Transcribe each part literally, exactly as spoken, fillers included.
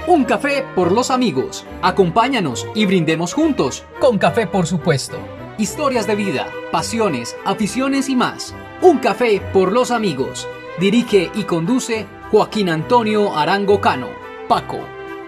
Un café por los amigos. Acompáñanos y brindemos juntos. Con café, por supuesto. Historias de vida, pasiones, aficiones y más. Un café por los amigos. Dirige y conduce Joaquín Antonio Arango Cano. Paco.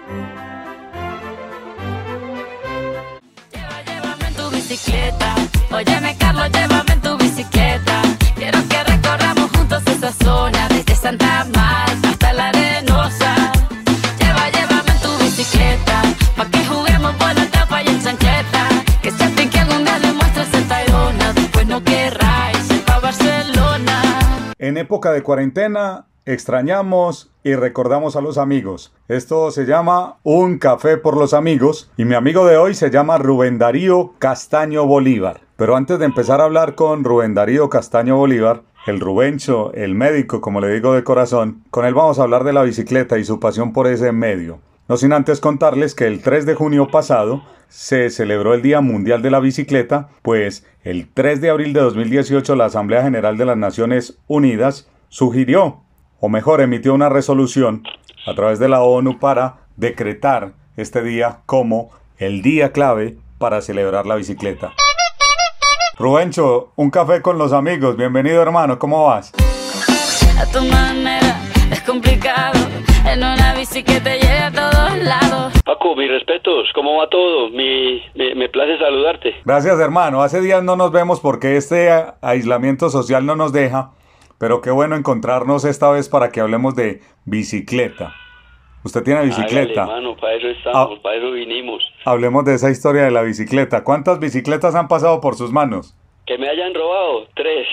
Llévame en tu bicicleta. Óyeme, Carlos, llévame en tu bicicleta. Quiero que recorramos juntos esa zona, desde Santa Marta hasta la Arenosa. Lleva, llévame en tu bicicleta, pa' que juguemos por la tapa y en chancleta. Que sepan que algún día le muestres el Tayrona, después no querráis ir pa' Barcelona. En época de cuarentena, extrañamos y recordamos a los amigos. Esto se llama Un Café por los Amigos y mi amigo de hoy se llama Rubén Darío Castaño Bolívar. Pero antes de empezar a hablar con Rubén Darío Castaño Bolívar, el Rubencho, el médico, como le digo de corazón, con él vamos a hablar de la bicicleta y su pasión por ese medio. No sin antes contarles que el tres de junio pasado se celebró el Día Mundial de la Bicicleta, pues el tres de abril de dos mil dieciocho la Asamblea General de las Naciones Unidas sugirió, o mejor emitió una resolución a través de la ONU para decretar este día como el día clave para celebrar la bicicleta. Rubencho, un café con los amigos. Bienvenido, hermano. ¿Cómo vas? A tu manera es complicado, en una bici que te lleve a todos lados. Paco, mis respetos. ¿Cómo va todo? Mi, me, me place saludarte. Gracias, hermano. Hace días no nos vemos porque este aislamiento social no nos deja, pero qué bueno encontrarnos esta vez para que hablemos de bicicleta. Usted tiene bicicleta. Hágale, hermano, para eso estamos, ah, para eso vinimos. Hablemos de esa historia de la bicicleta. ¿Cuántas bicicletas han pasado por sus manos? Que me hayan robado, tres.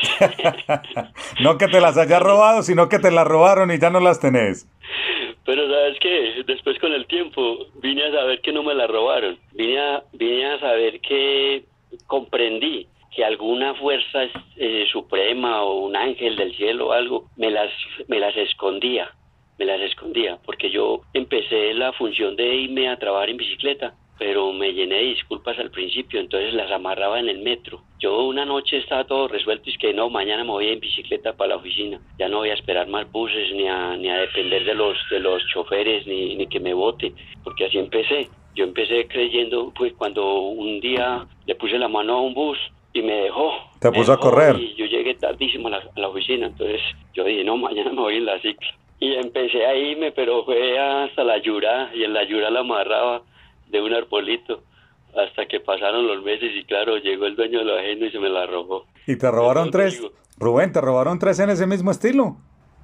No que te las hayas robado, sino que te las robaron y ya no las tenés. Pero ¿sabes qué? Después con el tiempo vine a saber que no me las robaron. Vine a, vine a saber que comprendí que alguna fuerza eh, suprema o un ángel del cielo o algo me las, me las escondía. Me las escondía, porque yo empecé la función de irme a trabajar en bicicleta, pero me llené de disculpas al principio, entonces las amarraba en el metro. Yo una noche estaba todo resuelto y es que no, mañana me voy en bicicleta para la oficina. Ya no voy a esperar más buses, ni a, ni a depender de los, de los choferes, ni, ni que me boten, porque así empecé. Yo empecé creyendo, pues cuando un día le puse la mano a un bus y me dejó. Te puso a correr. Y yo llegué tardísimo a la, a la oficina, entonces yo dije, no, mañana me voy en la cicla. Y empecé a irme, pero fue hasta la Yurá, y en la Yurá la amarraba de un arbolito, hasta que pasaron los meses y claro, llegó el dueño de lo ajeno y se me la robó. ¿Y te robaron tres? Digo, Rubén, ¿te robaron tres en ese mismo estilo?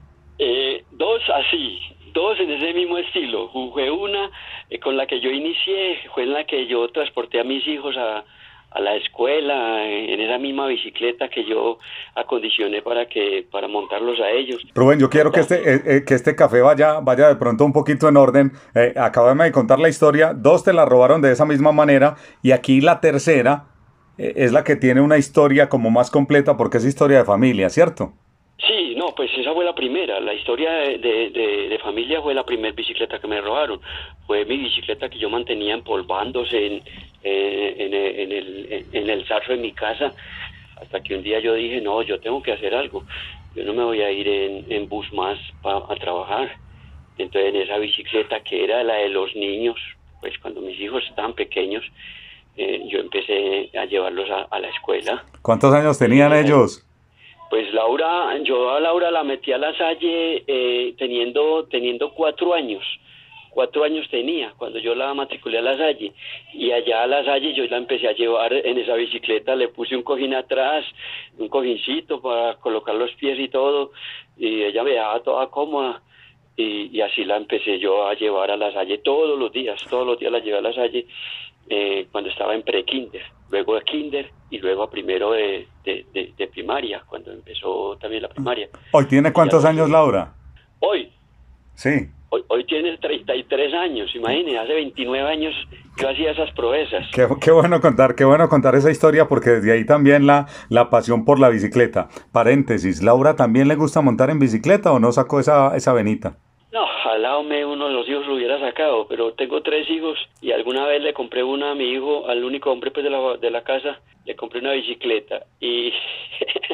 Eh, dos así, dos en ese mismo estilo. Fue una eh, con la que yo inicié, fue en la que yo transporté a mis hijos a... a la escuela, en esa misma bicicleta que yo acondicioné para que para montarlos a ellos. Rubén, yo quiero que este eh, eh, que este café vaya vaya de pronto un poquito en orden. Eh, acábame de contar la historia. Dos te la robaron de esa misma manera y aquí la tercera eh, es la que tiene una historia como más completa porque es historia de familia, ¿cierto? Sí, no, pues esa fue la primera. La historia de, de, de, de familia fue la primera bicicleta que me robaron. Fue mi bicicleta que yo mantenía empolvándose en, eh, en, en, el, en el zarzo de mi casa, hasta que un día yo dije, no, yo tengo que hacer algo. Yo no me voy a ir en, en bus más pa, a trabajar. Entonces en esa bicicleta que era la de los niños, pues cuando mis hijos estaban pequeños, eh, yo empecé a llevarlos a, a la escuela. ¿Cuántos años tenían y, ellos? Pues Laura, yo a Laura la metí a la Salle eh, teniendo teniendo cuatro años. Cuatro años tenía cuando yo la matriculé a la Salle. Y allá a la Salle yo la empecé a llevar en esa bicicleta, le puse un cojín atrás, un cojincito para colocar los pies y todo. Y ella me dejaba toda cómoda. Y, y así la empecé yo a llevar a la Salle todos los días. Todos los días la llevé a la Salle eh, cuando estaba en pre-kinder. Luego de kinder y luego a primero de, de, de, de primaria, cuando empezó también la primaria. ¿Hoy tiene cuántos años, Laura? Hoy. Sí. Hoy, hoy tiene treinta y tres años, imagínese, hace veintinueve años yo hacía esas proezas. Qué, qué bueno contar, qué bueno contar esa historia porque desde ahí también la, la pasión por la bicicleta. Paréntesis, ¿Laura también le gusta montar en bicicleta o no sacó esa, esa venita? No, ojalá me uno de los hijos lo hubiera sacado, pero tengo tres hijos y alguna vez le compré una a mi hijo, al único hombre pues de la, de la casa, le compré una bicicleta y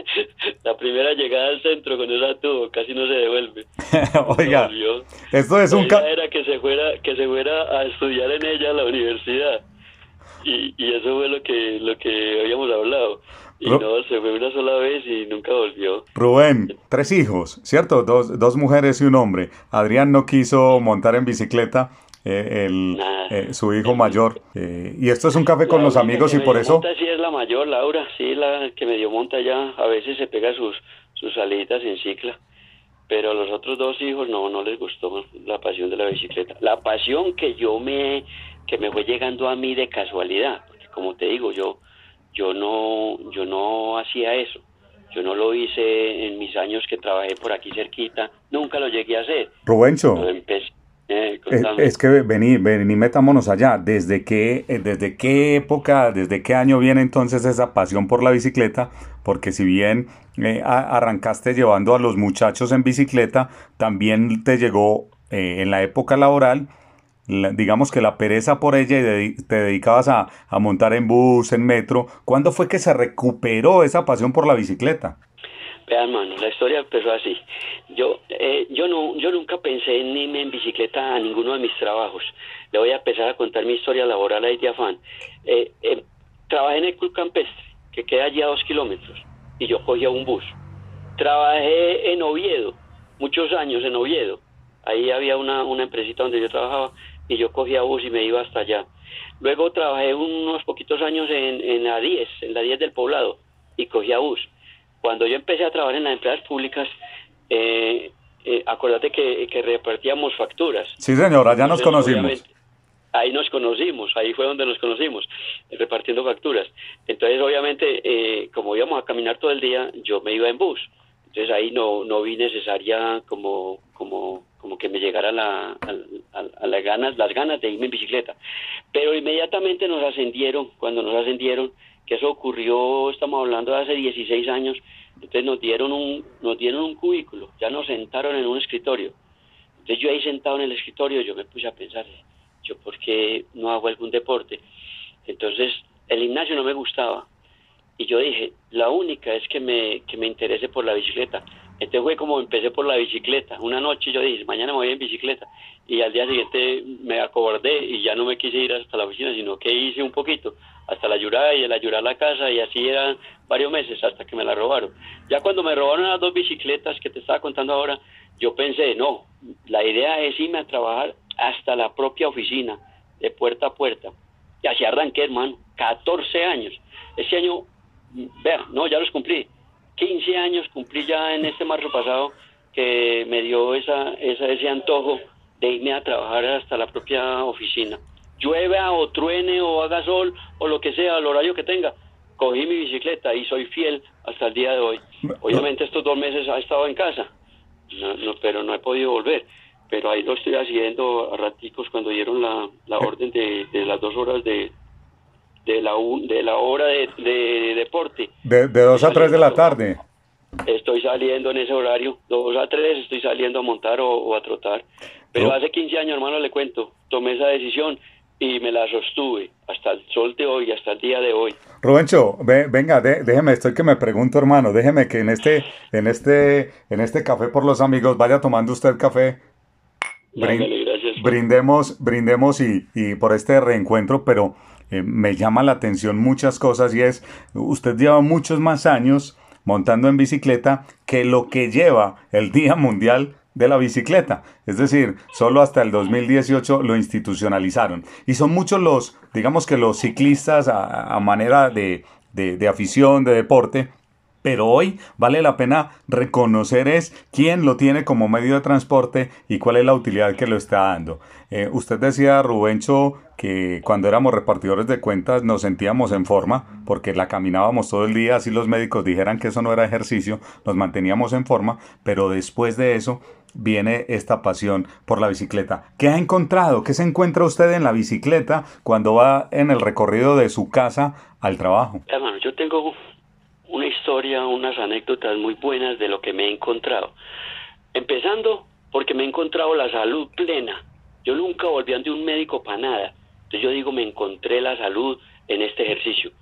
La primera llegada al centro con esa tubo casi no se devuelve. Oiga, Volvió. esto es La un... idea Ca... era que se fuera, que se fuera a estudiar en ella a la universidad. Y, y eso fue lo que, lo que habíamos hablado. Y Ru- no, se fue una sola vez y nunca volvió. Rubén, tres hijos, ¿cierto? Dos, dos mujeres y un hombre. Adrián no quiso montar en bicicleta, eh, el, Nada. eh, su hijo mayor. Eh, y esto es un café con La los única amigos que y me por dio eso... monta sí es la mayor, Laura, sí, la que me dio monta ya. A veces se pega sus, sus salidas en cicla. Pero a los otros dos hijos no, no les gustó la pasión de la bicicleta. La pasión que yo me, que me fue llegando a mí de casualidad. Porque como te digo, yo, yo no, yo no hacía eso. Yo no lo hice en mis años que trabajé por aquí cerquita. Nunca lo llegué a hacer. Rubencho, Pero empecé, eh, es, contame. es que vení, vení, metámonos allá. ¿Desde qué, eh, desde qué época, desde qué año viene entonces esa pasión por la bicicleta? Porque si bien eh, a- arrancaste llevando a los muchachos en bicicleta, también te llegó eh, en la época laboral, la- digamos que la pereza por ella y dedi- te dedicabas a, a montar en bus, en metro. ¿Cuándo fue que se recuperó esa pasión por la bicicleta? Vean, hermano, la historia empezó así. Yo eh, yo no yo nunca pensé en irme en bicicleta a ninguno de mis trabajos. Le voy a empezar a contar mi historia laboral ahí de afán. Eh, eh, trabajé en el Club Campestre, que queda allí a dos kilómetros, y yo cogía un bus. Trabajé en Oviedo, muchos años en Oviedo. Ahí había una, una empresita donde yo trabajaba, y yo cogía bus y me iba hasta allá. Luego trabajé unos poquitos años en, en la diez, en la diez del Poblado, y cogía bus. Cuando yo empecé a trabajar en las empresas públicas, eh, eh, acuérdate que, que repartíamos facturas. Sí, señora, ya nos Entonces, conocimos. obviamente, ahí nos conocimos, ahí fue donde nos conocimos, eh, repartiendo facturas. Entonces, obviamente, eh, como íbamos a caminar todo el día, yo me iba en bus. Entonces, ahí no, no vi necesaria como, como, como que me llegara la, a, a, a las ganas, las ganas de irme en bicicleta. Pero inmediatamente nos ascendieron, cuando nos ascendieron, que eso ocurrió, estamos hablando de hace dieciséis años, entonces nos dieron un nos dieron un cubículo, ya nos sentaron en un escritorio. Entonces yo ahí sentado en el escritorio, yo me puse a pensar, yo por qué no hago algún deporte. Entonces el gimnasio no me gustaba, y yo dije, la única es que me, que me interese por la bicicleta. Entonces fue como empecé por la bicicleta. Una noche yo dije, mañana me voy en bicicleta. Y al día siguiente me acobardé y ya no me quise ir hasta la oficina, sino que hice un poquito, hasta la Yurá y de la Yurá a la casa, y así eran varios meses hasta que me la robaron. Ya cuando me robaron las dos bicicletas que te estaba contando ahora, yo pensé, no, la idea es irme a trabajar hasta la propia oficina, de puerta a puerta. Y así arranqué, hermano, catorce años. Ese año, vean, no, ya los cumplí. quince años cumplí ya en este marzo pasado, que me dio esa, esa ese antojo de irme a trabajar hasta la propia oficina. Llueva o truene o haga sol o lo que sea, el horario que tenga, cogí mi bicicleta y soy fiel hasta el día de hoy. Obviamente estos dos meses ha estado en casa, no, no, pero no he podido volver. Pero ahí lo estoy haciendo a raticos cuando dieron la, la orden de, de las dos horas de, de, la, un, de la hora de, de, de deporte. De, de dos a tres de la tarde. Estoy saliendo en ese horario, dos a tres estoy saliendo a montar o, o a trotar. Pero ¿No? hace quince años, hermano, le cuento, tomé esa decisión y me la sostuve hasta el sol de hoy, hasta el día de hoy. Rubencho, ve, venga, de, déjeme, estoy que me pregunto, hermano, déjeme que en este, en este, en este café por los amigos vaya tomando usted café. Brin- Dale, gracias. brindemos, brindemos y, y por este reencuentro, pero eh, me llama la atención muchas cosas y es, usted lleva muchos más años montando en bicicleta que lo que lleva el Día Mundial de la Bicicleta. Es decir, solo hasta el dos mil dieciocho lo institucionalizaron. Y son muchos los, digamos que los ciclistas a, a manera de, de, de afición, de deporte, pero hoy vale la pena reconocer es quién lo tiene como medio de transporte y cuál es la utilidad que lo está dando. Eh, usted decía, Rubencho, que cuando éramos repartidores de cuentas nos sentíamos en forma porque la caminábamos todo el día, así los médicos dijeran que eso no era ejercicio, nos manteníamos en forma, pero después de eso viene esta pasión por la bicicleta. ¿Qué ha encontrado? ¿Qué se encuentra usted en la bicicleta cuando va en el recorrido de su casa al trabajo? Hermano, yo tengo una historia, unas anécdotas muy buenas de lo que me he encontrado. Empezando porque me he encontrado la salud plena. Yo nunca volví ante un médico para nada. Entonces yo digo, me encontré la salud en este ejercicio.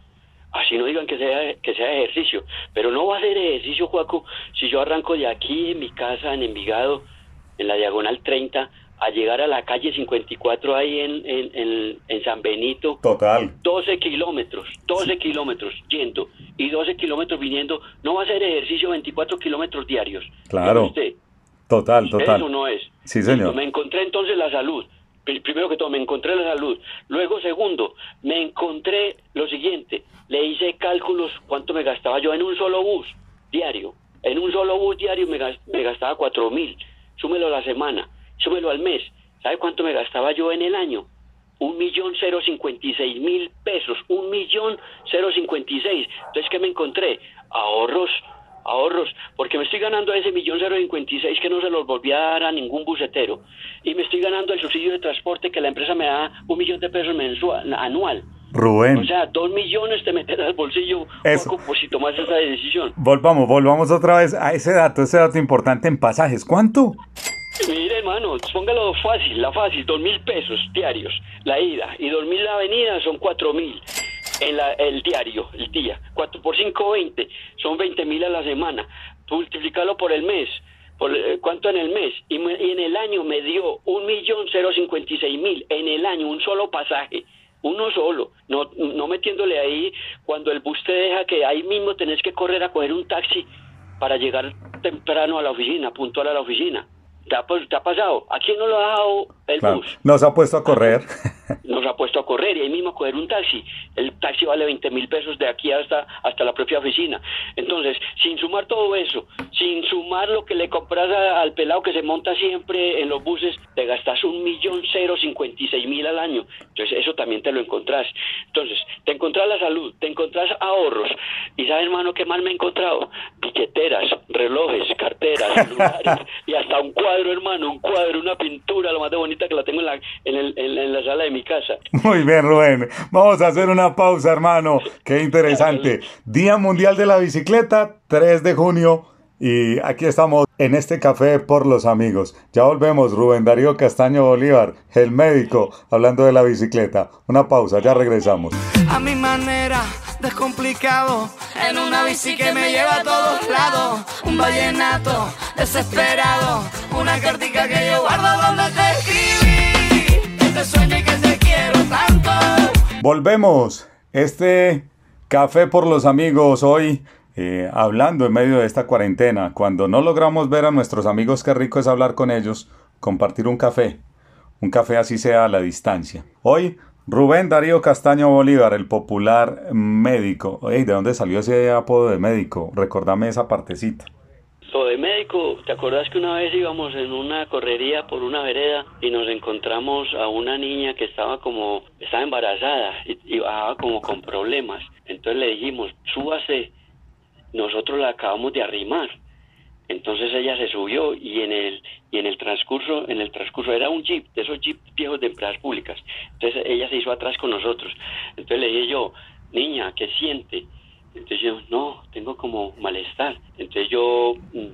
Así no digan que sea que sea ejercicio, pero no va a ser ejercicio, Juaco, si yo arranco de aquí en mi casa en Envigado, en la diagonal treinta, a llegar a la calle cincuenta y cuatro ahí en, en, en, en San Benito. Total. doce kilómetros, doce sí. kilómetros yendo y doce kilómetros viniendo. No va a ser ejercicio veinticuatro kilómetros diarios. Claro. Usted. Total, total. Eso no es. Sí, señor. Me encontré entonces la salud. Primero que todo, me encontré la salud. Luego, segundo, me encontré lo siguiente. Le hice cálculos cuánto me gastaba yo en un solo bus diario. En un solo bus diario me, gast, me gastaba cuatro mil. Súmelo a la semana, súmelo al mes. ¿Sabe cuánto me gastaba yo en el año? Un millón cero cincuenta y seis mil pesos. Un millón cero cincuenta y seis. Entonces, ¿qué me encontré? Ahorros. ahorros, porque me estoy ganando ese millón cero cincuenta y seis que no se los volví a dar a ningún bucetero, y me estoy ganando el subsidio de transporte que la empresa me da un millón de pesos mensual, anual. Rubén. O sea, dos millones te meten al bolsillo, Eso. Paco, pues si tomas esa decisión. Volvamos, volvamos otra vez a ese dato, ese dato importante en pasajes. ¿Cuánto? Mire, hermano, póngalo fácil, la fácil, dos mil pesos diarios, la ida, y dos mil la venida son cuatro mil. En la, el diario, el día, cuatro por cinco, veinte, son veinte mil a la semana, multiplicarlo por el mes, por eh, cuánto en el mes, y, me, y en el año me dio un millón cero cincuenta y seis mil, en el año, un solo pasaje, uno solo, no, no metiéndole ahí, cuando el bus te deja que ahí mismo tenés que correr a coger un taxi para llegar temprano a la oficina, puntual a la oficina. ¿Te ha, te ha pasado? ¿A quién no lo ha dejado el claro. bus? Nos ha puesto a correr. Nos ha puesto a correr y ahí mismo a coger un taxi. El taxi vale veinte mil pesos de aquí hasta, hasta la propia oficina. Entonces, sin sumar todo eso, sin sumar lo que le compras a, al pelado que se monta siempre en los buses, te gastas un millón cero cincuenta y seis mil al año. Entonces, eso también te lo encontrás. Entonces, te encontrás la salud, te encontrás ahorros. ¿Y sabes, hermano, qué más me he encontrado? Billeteras, relojes, carteras, celulares y hasta un cuadro, hermano, un cuadro, una pintura, lo más de bonita que la tengo en la, en, el, en, en la sala de mi casa. Muy bien, Rubén. Vamos a hacer una pausa, hermano. Qué interesante. Día Mundial de la Bicicleta, tres de junio. Y aquí estamos en este café por los amigos. Ya volvemos, Rubén Darío Castaño Bolívar, el médico, hablando de la bicicleta. Una pausa, ya regresamos. A mi manera, descomplicado, en una bici que me lleva a todos lados. Un vallenato desesperado, una cartica que yo guardo donde te escribí. Que te sueño y que te quiero tanto. Volvemos. Este café por los amigos hoy. Eh, hablando en medio de esta cuarentena, cuando no logramos ver a nuestros amigos, qué rico es hablar con ellos, compartir un café, un café así sea a la distancia. Hoy, Rubén Darío Castaño Bolívar, el popular médico. Ey, ¿de dónde salió ese apodo de médico? Recordame esa partecita. Lo de médico, ¿te acordás que una vez íbamos en una correría por una vereda y nos encontramos a una niña que estaba como, estaba embarazada y, y bajaba como con problemas? Entonces le dijimos, súbase. Nosotros la acabamos de arrimar, entonces ella se subió y en el y en el transcurso en el transcurso era un jeep, de esos jeep viejos de empresas públicas, entonces ella se hizo atrás con nosotros, entonces le dije yo, niña, ¿qué siente? Entonces yo, no, tengo como malestar, entonces yo,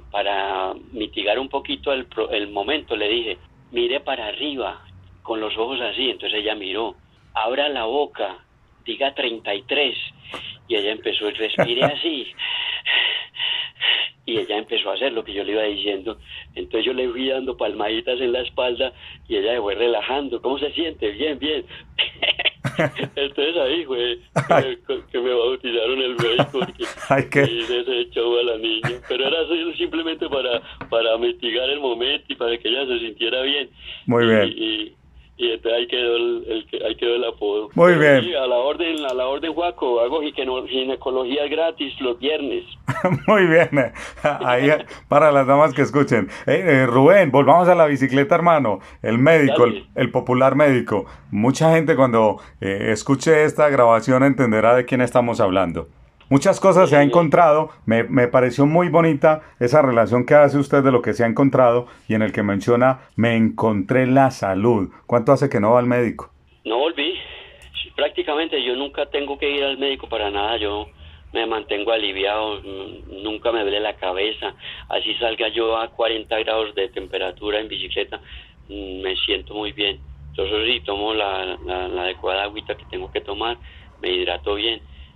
para mitigar un poquito el, el momento, le dije, mire para arriba, con los ojos así, entonces ella miró, abra la boca, diga treinta y tres, y ella empezó a respirar así, y ella empezó a hacer lo que yo le iba diciendo, entonces yo le fui dando palmaditas en la espalda, y ella se fue relajando. ¿Cómo se siente? Bien, bien. Entonces ahí fue que, que me bautizaron el médico, porque Ay, qué... hice ese show a la niña, pero era simplemente para, para mitigar el momento y para que ella se sintiera bien. Muy bien. Y, y, y entonces ahí quedó el, el ahí quedó el apodo. Muy Pero bien. Sí, a la orden, a la orden, Juaco, hago ginecología gratis los viernes. Muy bien. Ahí para las damas que escuchen. Eh, eh, Rubén, volvamos a la bicicleta, hermano. El médico, el, el popular médico. Mucha gente cuando eh, escuche esta grabación entenderá de quién estamos hablando. Muchas cosas se ha encontrado, me, me pareció muy bonita esa relación que hace usted de lo que se ha encontrado y en el que menciona, me encontré la salud. ¿Cuánto hace que no va al médico? No volví, prácticamente yo nunca tengo que ir al médico para nada, yo me mantengo aliviado, nunca me duele la cabeza, así salga yo a cuarenta grados de temperatura en bicicleta, me siento muy bien. Entonces sí, tomo la, la, la adecuada agüita que tengo que tomar, me hidrato bien.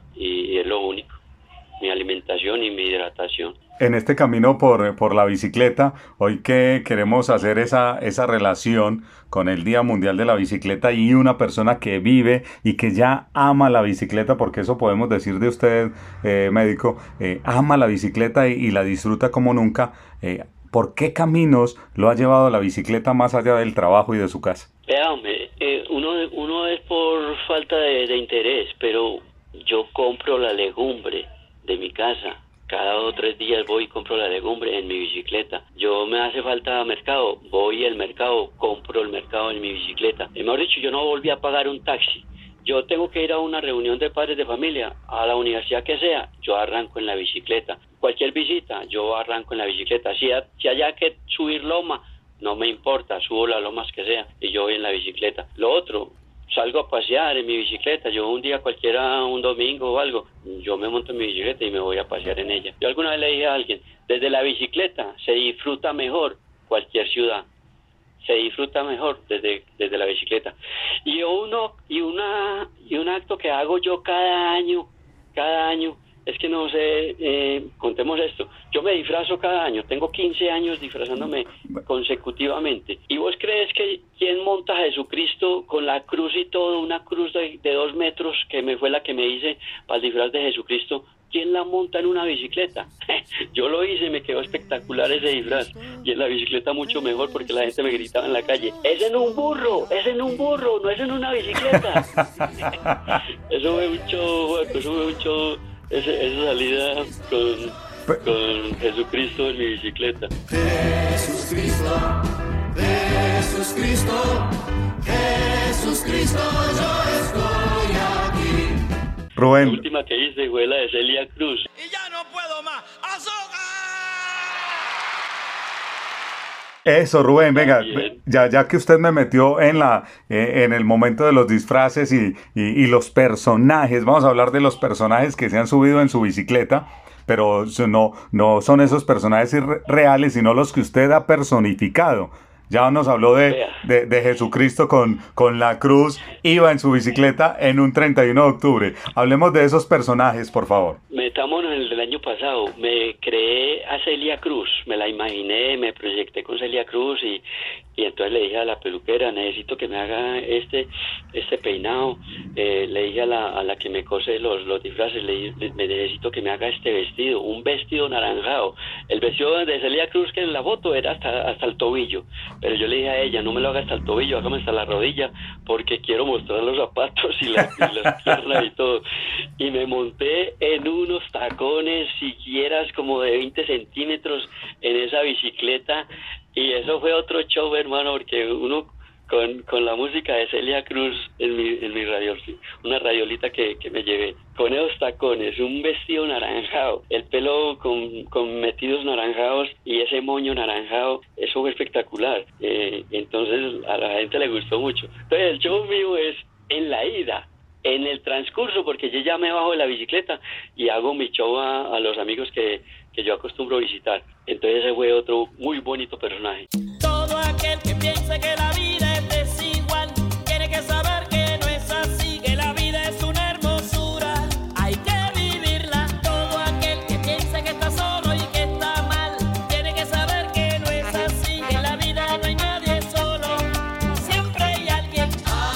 y es lo único, mi alimentación y mi hidratación. En este camino por, por la bicicleta, hoy que queremos hacer esa, esa relación con el Día Mundial de la Bicicleta y una persona que vive y que ya ama la bicicleta, porque eso podemos decir de usted, eh, médico, eh, ama la bicicleta y, y la disfruta como nunca. Eh, ¿Por qué caminos lo ha llevado la bicicleta más allá del trabajo y de su casa? Vea, hombre, eh, uno, uno es por falta de, de interés, pero yo compro la legumbre de mi casa. Cada dos o tres días voy y compro la legumbre en mi bicicleta. Yo me hace falta mercado, voy al mercado, compro el mercado en mi bicicleta. Y mejor dicho, yo no volví a pagar un taxi. Yo tengo que ir a una reunión de padres de familia, a la universidad que sea, yo arranco en la bicicleta. Cualquier visita, yo arranco en la bicicleta. Si, ha, si haya que subir loma, no me importa, subo las lomas que sea y yo voy en la bicicleta. Lo otro, salgo a pasear en mi bicicleta. Yo un día cualquiera, un domingo o algo, yo me monto en mi bicicleta y me voy a pasear en ella. Yo alguna vez le dije a alguien, desde la bicicleta se disfruta mejor cualquier ciudad. Se disfruta mejor desde, desde la bicicleta. Y uno, y una, y un acto que hago yo cada año, cada año, es que no sé, eh, contemos esto, yo me disfrazo cada año, tengo quince años disfrazándome consecutivamente. ¿Y vos crees que quién monta a Jesucristo con la cruz y todo, una cruz de, de dos metros, que me fue la que me hice para el disfraz de Jesucristo? ¿Quién la monta en una bicicleta? Yo lo hice, me quedó espectacular ese disfraz. Y en la bicicleta mucho mejor, porque la gente me gritaba en la calle, ¡es en un burro! ¡Es en un burro! ¡No es en una bicicleta! Eso fue un show, eso fue un show, ese, esa salida con, con Jesucristo en mi bicicleta. Jesús Cristo, Jesús Cristo, Jesús Cristo, yo estoy aquí. Rubén. La última que hice fue la de Celia Cruz. Y ya no puedo más. ¡Azúcar! Eso, Rubén, venga, ya, ya que usted me metió en la eh, en el momento de los disfraces y, y, y los personajes, vamos a hablar de los personajes que se han subido en su bicicleta, pero no, no son esos personajes reales, sino los que usted ha personificado. Ya nos habló de, de, de Jesucristo con, con la cruz, iba en su bicicleta en un treinta y uno de octubre. Hablemos de esos personajes, por favor. Metámonos en el del año pasado. Me creé a Celia Cruz, me la imaginé, me proyecté con Celia Cruz y, y entonces le dije a la peluquera, necesito que me haga este este peinado. Eh, le dije a la, a la que me cose los, los disfraces, le dije, me necesito que me haga este vestido, un vestido naranjado. El vestido de Celia Cruz que en la foto era hasta, hasta el tobillo. Pero yo le dije a ella, no me lo haga hasta el tobillo, hágame hasta la rodilla, porque quiero mostrar los zapatos y, la, y las piernas y todo. Y me monté en unos tacones, si quieras, como de veinte centímetros en esa bicicleta. Y eso fue otro show, hermano, porque uno con, con la música de Celia Cruz en mi, en mi radio, una radiolita que, que me llevé, con esos tacones, un vestido naranjado, el pelo con, con metidos naranjados y ese moño naranjado, eso fue espectacular. Eh, entonces a la gente le gustó mucho. Entonces el show mío es en la ida, en el transcurso, porque yo ya me bajo de la bicicleta y hago mi show a, a los amigos que, que yo acostumbro a visitar. Entonces ese fue otro muy bonito personaje. Todo aquel que piense que la vida es desigual tiene que saber que no es así, que la vida es una hermosura, hay que vivirla. Todo aquel que piense que está solo y que está mal tiene que saber que no es así, que en la vida no hay nadie solo, siempre hay alguien.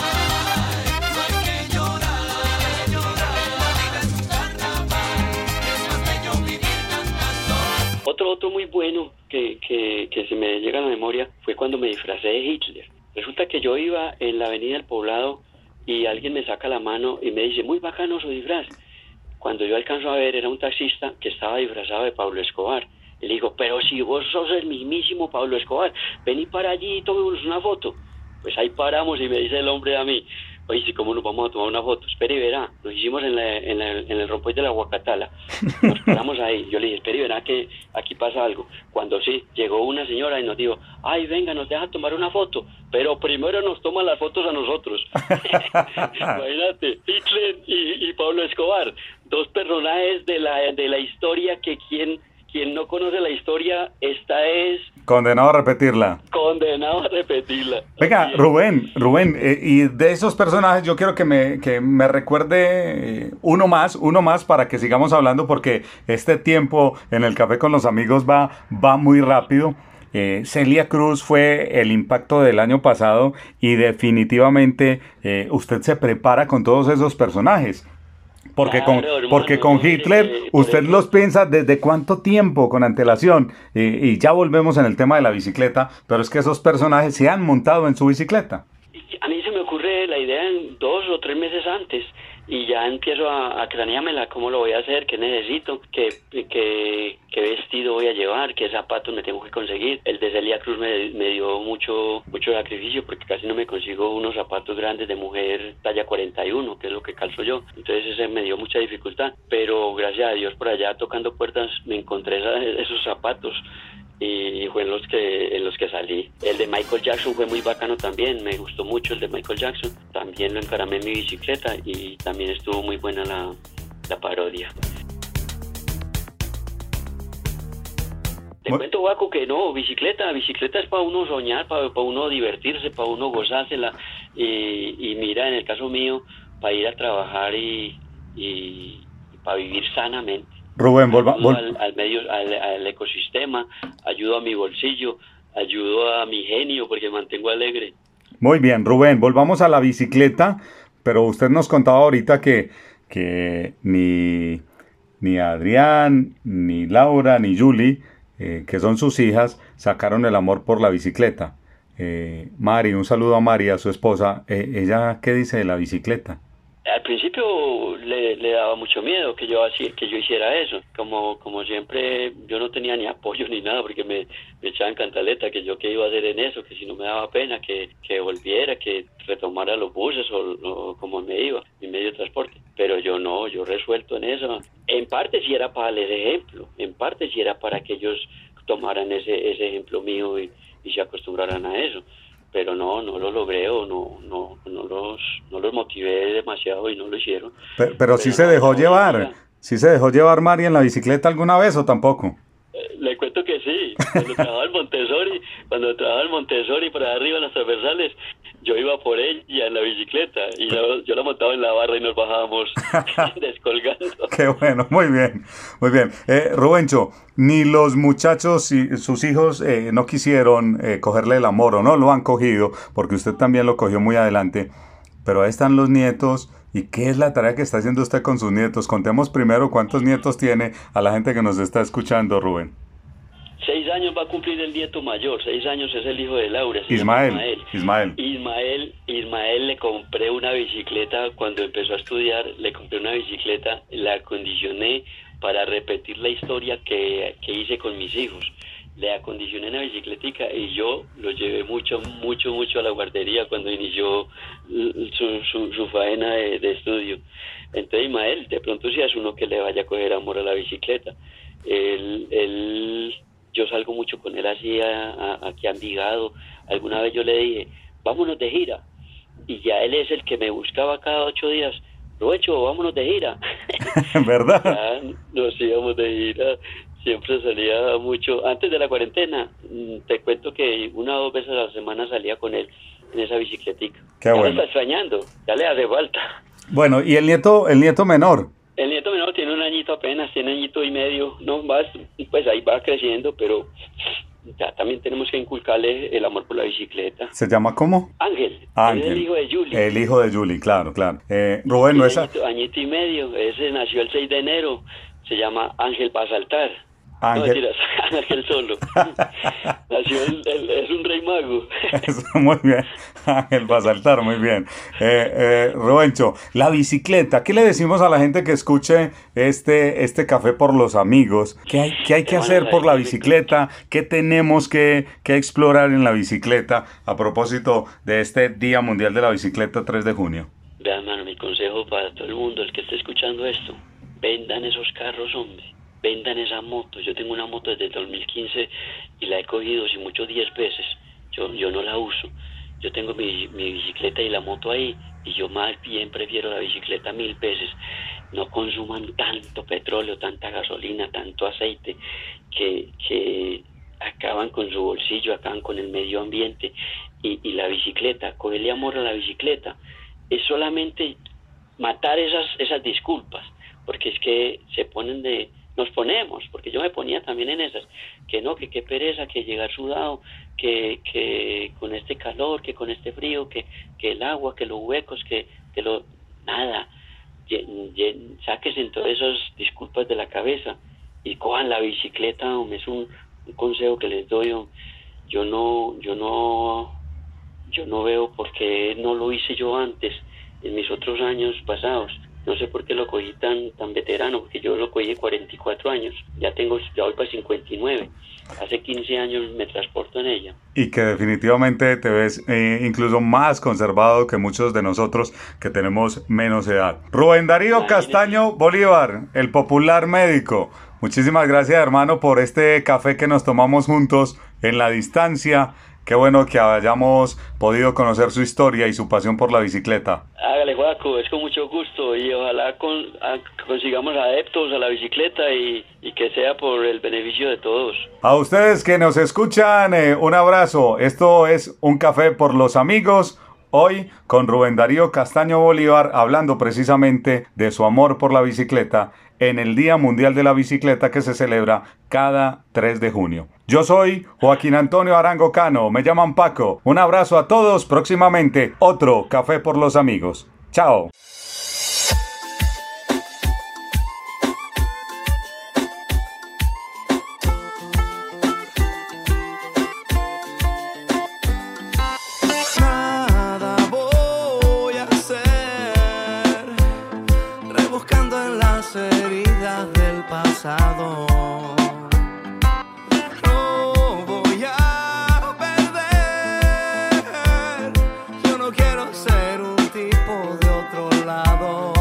Ay, no hay que llorar, no hay que llorar, la vida es un carnaval, es más bello vivir cantando. Otro, otro muy bueno que, que, que se me llega a la memoria fue cuando me disfracé de Hitler. Resulta que yo iba en la avenida del Poblado y alguien me saca la mano y me dice, muy bacano su disfraz. Cuando yo alcanzo a ver, era un taxista que estaba disfrazado de Pablo Escobar. Y le digo, pero si vos sos el mismísimo Pablo Escobar, vení para allí y tomemos una foto. Pues ahí paramos y me dice el hombre a mí, oye, si cómo nos vamos a tomar una foto, espere y verá, lo hicimos en, la, en, la, en el rompoy de la Huacatala, nos paramos ahí, yo le dije, espere y verá que aquí pasa algo. Cuando sí, llegó una señora y nos dijo, ay, venga, nos deja tomar una foto, pero primero nos toman las fotos a nosotros. Imagínate, Hitler y, y Pablo Escobar, dos personajes de la, de la historia que quien... Quien no conoce la historia, esta es Condenado a repetirla. Condenado a repetirla. Venga, Así es. Rubén, Rubén, eh, y de esos personajes yo quiero que me, que me recuerde eh, uno más, uno más para que sigamos hablando porque este tiempo en el café con los amigos va, va muy rápido. Eh, Celia Cruz fue el impacto del año pasado y definitivamente eh, usted se prepara con todos esos personajes. Porque, Claro, con, hermano, porque con no, Hitler eh, por usted ejemplo. los piensa desde cuánto tiempo con antelación eh, y ya volvemos en el tema de la bicicleta, pero es que esos personajes se han montado en su bicicleta. A mí se me ocurre la idea en dos o tres meses antes y ya empiezo a, a craneármela, cómo lo voy a hacer, qué necesito, qué, qué, qué vestido voy a llevar, qué zapatos me tengo que conseguir. El de Celia Cruz me, me dio mucho mucho sacrificio porque casi no me consigo unos zapatos grandes de mujer talla cuarenta y uno, que es lo que calzo yo. Entonces ese me dio mucha dificultad, pero gracias a Dios por allá tocando puertas me encontré esa, esos zapatos. Y fue en los que en los que salí. El de Michael Jackson fue muy bacano también, me gustó mucho el de Michael Jackson. También lo encaramé en mi bicicleta y también estuvo muy buena la, la parodia. Te Bu- cuento, Waco, que no, bicicleta, bicicleta es para uno soñar, para, para uno divertirse, para uno gozársela. Y, y mira, en el caso mío, para ir a trabajar y, y, y para vivir sanamente. Rubén, volva, Ayudo vol- al, al medio, al, al ecosistema, ayudo a mi bolsillo, ayudo a mi genio porque me mantengo alegre. muy bien, Rubén, volvamos a la bicicleta, pero usted nos contaba ahorita que, que ni, ni Adrián, ni Laura, ni Julie, eh, que son sus hijas, sacaron el amor por la bicicleta. Eh, Mari, un saludo a Mari, a su esposa. Eh, ¿ella qué dice de la bicicleta? Al principio le, le daba mucho miedo que yo así, que yo hiciera eso. Como como siempre, yo no tenía ni apoyo ni nada porque me, me echaban cantaleta que yo qué iba a hacer en eso, que si no me daba pena, que, que volviera, que retomara los buses o, o como me iba, mi medio de transporte. Pero yo no, yo resuelto en eso. En parte sí era para darles ejemplo, en parte sí era para que ellos tomaran ese, ese ejemplo mío y, y se acostumbraran a eso. Pero no, no lo logré o no, no, no los, no los motivé demasiado y no lo hicieron. Pero, pero sí Pero se no, dejó no, llevar, mira, sí se dejó llevar Mari en la bicicleta alguna vez o tampoco. eh, le cuento que sí, cuando trabajaba en Montessori, cuando trabajaba en Montessori para arriba en las transversales, yo iba por ella en la bicicleta y yo, yo la montaba en la barra y nos bajábamos descolgando. Qué bueno, muy bien, muy bien. Eh, Rubencho, ni los muchachos y sus hijos eh, no quisieron eh, cogerle el amor o no lo han cogido, porque usted también lo cogió muy adelante, pero ahí están los nietos. ¿Y qué es la tarea que está haciendo usted con sus nietos? Contemos primero cuántos nietos tiene a la gente que nos está escuchando, Rubén. Seis años va a cumplir el nieto mayor, seis años es el hijo de Laura, se llama Ismael, Ismael. Ismael, Ismael le compré una bicicleta cuando empezó a estudiar, le compré una bicicleta, la acondicioné para repetir la historia que, que hice con mis hijos. Le acondicioné una bicicletica y yo lo llevé mucho, mucho, mucho a la guardería cuando inició su, su, su faena de, de estudio. Entonces, Ismael, de pronto sí es uno que le vaya a coger amor a la bicicleta. Él, él, yo salgo mucho con él así a, a, aquí a Envigado. Alguna vez yo le dije, vámonos de gira. Y ya él es el que me buscaba cada ocho días. Rubencho, vámonos de gira. ¿Verdad? Ya nos íbamos de gira. Siempre salía mucho. Antes de la cuarentena, te cuento que una o dos veces a la semana salía con él en esa bicicletica. Qué ya bueno. le está extrañando, ya le hace falta. Bueno, y el nieto, el nieto menor. El nieto menor tiene un añito apenas, tiene añito y medio, no más, pues ahí va creciendo, pero ya también tenemos que inculcarle el amor por la bicicleta. ¿Se llama cómo? Ángel, Ángel. es el hijo de Julie. El hijo de Julie, claro, claro. Eh, Rubén, no Tiene es... a- añito, añito y medio, ese nació el seis de enero, se llama Ángel para saltar. No, Ángel. mentiras, Ángel solo. Nació el, el- es un rey mago. Eso, muy bien. Ángel va a saltar, muy bien. Eh, eh, Rubencho, la bicicleta, ¿qué le decimos a la gente que escuche este, este café por los amigos? ¿Qué hay, qué hay que Hermano, hacer la por la bicicleta. bicicleta? ¿Qué tenemos que, que explorar en la bicicleta a propósito de este Día Mundial de la Bicicleta tres de junio? Vea, hermano, mi consejo para todo el mundo, el que esté escuchando esto, vendan esos carros, hombre. Vendan esa moto. Yo tengo una moto desde el dos mil quince y la he cogido, si mucho, diez veces. Yo yo no la uso. Yo tengo mi, mi bicicleta y la moto ahí y yo más bien prefiero la bicicleta mil veces. No consuman tanto petróleo, tanta gasolina, tanto aceite, que, que acaban con su bolsillo, acaban con el medio ambiente y, y la bicicleta, cogerle amor a la bicicleta, es solamente matar esas, esas disculpas, porque es que se ponen de, nos ponemos, porque yo me ponía también en esas, que no, que qué pereza, que llegar sudado, que, que con este calor, que con este frío, que, que el agua, que los huecos, que, que lo, nada, sáquense todas esas disculpas de la cabeza y cojan la bicicleta, hombre, es un, un consejo que les doy, hombre. yo no, yo no, yo no veo por qué no lo hice yo antes, en mis otros años pasados. No sé por qué lo cogí tan tan veterano, porque yo lo cogí de cuarenta y cuatro años, ya tengo, ya voy para cincuenta y nueve, hace quince años me transporto en ella. Y que definitivamente te ves eh, incluso más conservado que muchos de nosotros que tenemos menos edad. Rubén Darío Imagínate. Castaño Bolívar, el popular médico. Muchísimas gracias, hermano, por este café que nos tomamos juntos en la distancia. Qué bueno que hayamos podido conocer su historia y su pasión por la bicicleta. Hágale, Joaco, es con mucho gusto y ojalá con, a, consigamos adeptos a la bicicleta y, y que sea por el beneficio de todos. A ustedes que nos escuchan, eh, un abrazo. Esto es Un Café por los Amigos. Hoy con Rubén Darío Castaño Bolívar, hablando precisamente de su amor por la bicicleta en el Día Mundial de la Bicicleta que se celebra cada tres de junio. Yo soy Joaquín Antonio Arango Cano, me llaman Paco. Un abrazo a todos, próximamente otro Café por los Amigos. Chao. Pasado. No voy a perder. Yo no quiero ser un tipo de otro lado.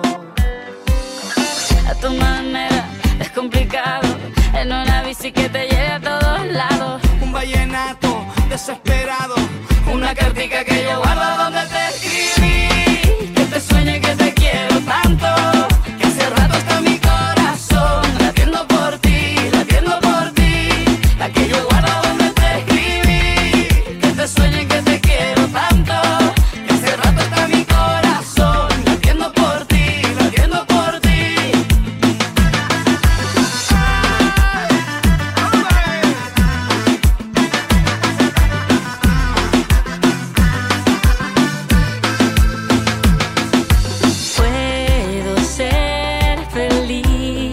A tu manera es complicado. En una bici que te lleve a todos lados. Un vallenato desesperado. Una cartica que yo guardo donde te escribí. Que te sueño y que te quiero tanto. Que hace rato está mi latiendo por ti, latiendo por ti, la que yo guardo donde te escribí, que te sueño y que te quiero tanto, que hace rato está mi corazón, latiendo por ti, latiendo por ti. Puedo ser feliz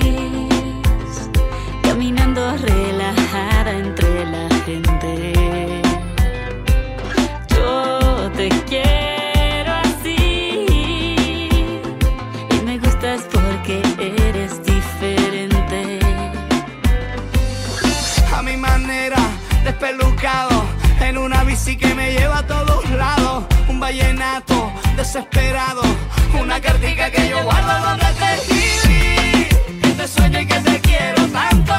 relajada entre la gente. Yo te quiero así y me gustas porque eres diferente. A mi manera, despelucado, en una bici que me lleva a todos lados. Un vallenato desesperado, una cartica que yo guardo donde te escribí. Que te sueño y que te quiero tanto.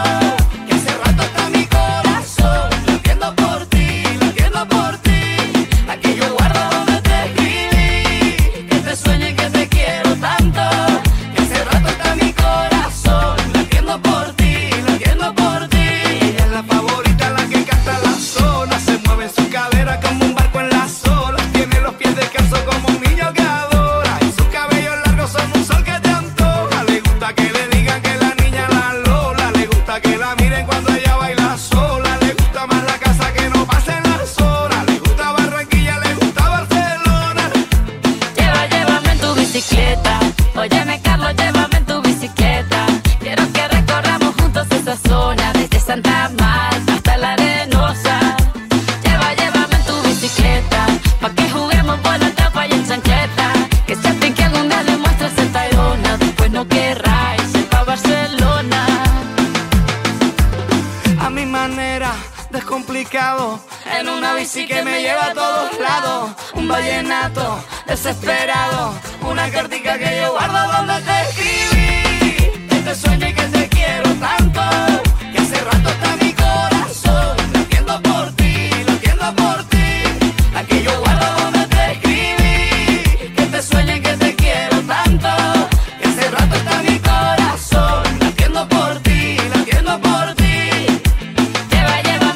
Óyeme, Carlos, llévame en tu bicicleta. Quiero que recorramos juntos esa zona, desde Santa Marta hasta la Arenosa. Lleva, llévame en tu bicicleta, pa' que juguemos por la tapa y en chancleta. Que se te que algún día le muestres el Tayrona, después no querráis ir pa' Barcelona. A mi manera, descomplicado, en una bici que me lleva a todos lados. Un vallenato desesperado, una cartica que yo guardo donde te escribí. Que te sueño y que te quiero tanto, que hace rato está mi corazón, latiendo por ti, latiendo por ti, la que yo guardo donde te escribí. Que te sueño y que te quiero tanto, que hace rato está mi corazón, latiendo por ti, latiendo por ti. Lleva, lleva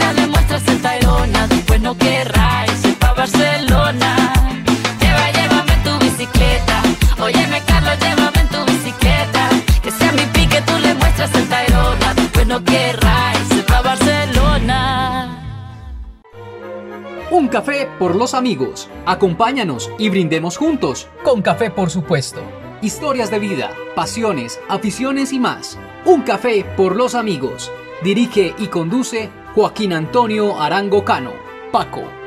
Argentina le muestras el Tayrona, después no querrá irse pa' Barcelona. Lleva, llévame en tu bicicleta. Óyeme, Carlos, llévame en tu bicicleta. Que sea mi pique, tú le muestras el Tayrona, después no querrá irse pa' Barcelona. Un café por los amigos. Acompáñanos y brindemos juntos. Con café, por supuesto. Historias de vida, pasiones, aficiones y más. Un café por los amigos. Dirige y conduce Joaquín Antonio Arango Cano. Paco.